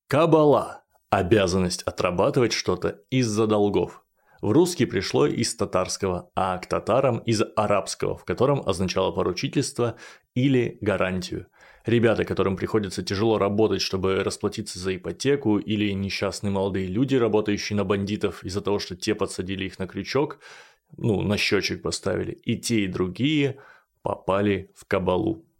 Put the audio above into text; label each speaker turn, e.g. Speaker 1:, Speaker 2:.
Speaker 1: Кабала – обязанность отрабатывать что-то из-за долгов. В русский пришло из татарского, а к татарам из арабского, в котором означало поручительство или гарантию. Ребята, которым приходится тяжело работать, чтобы расплатиться за ипотеку, или несчастные молодые люди, работающие на бандитов из-за того, что те подсадили их на крючок, на счетчик поставили, и те, и другие попали в кабалу.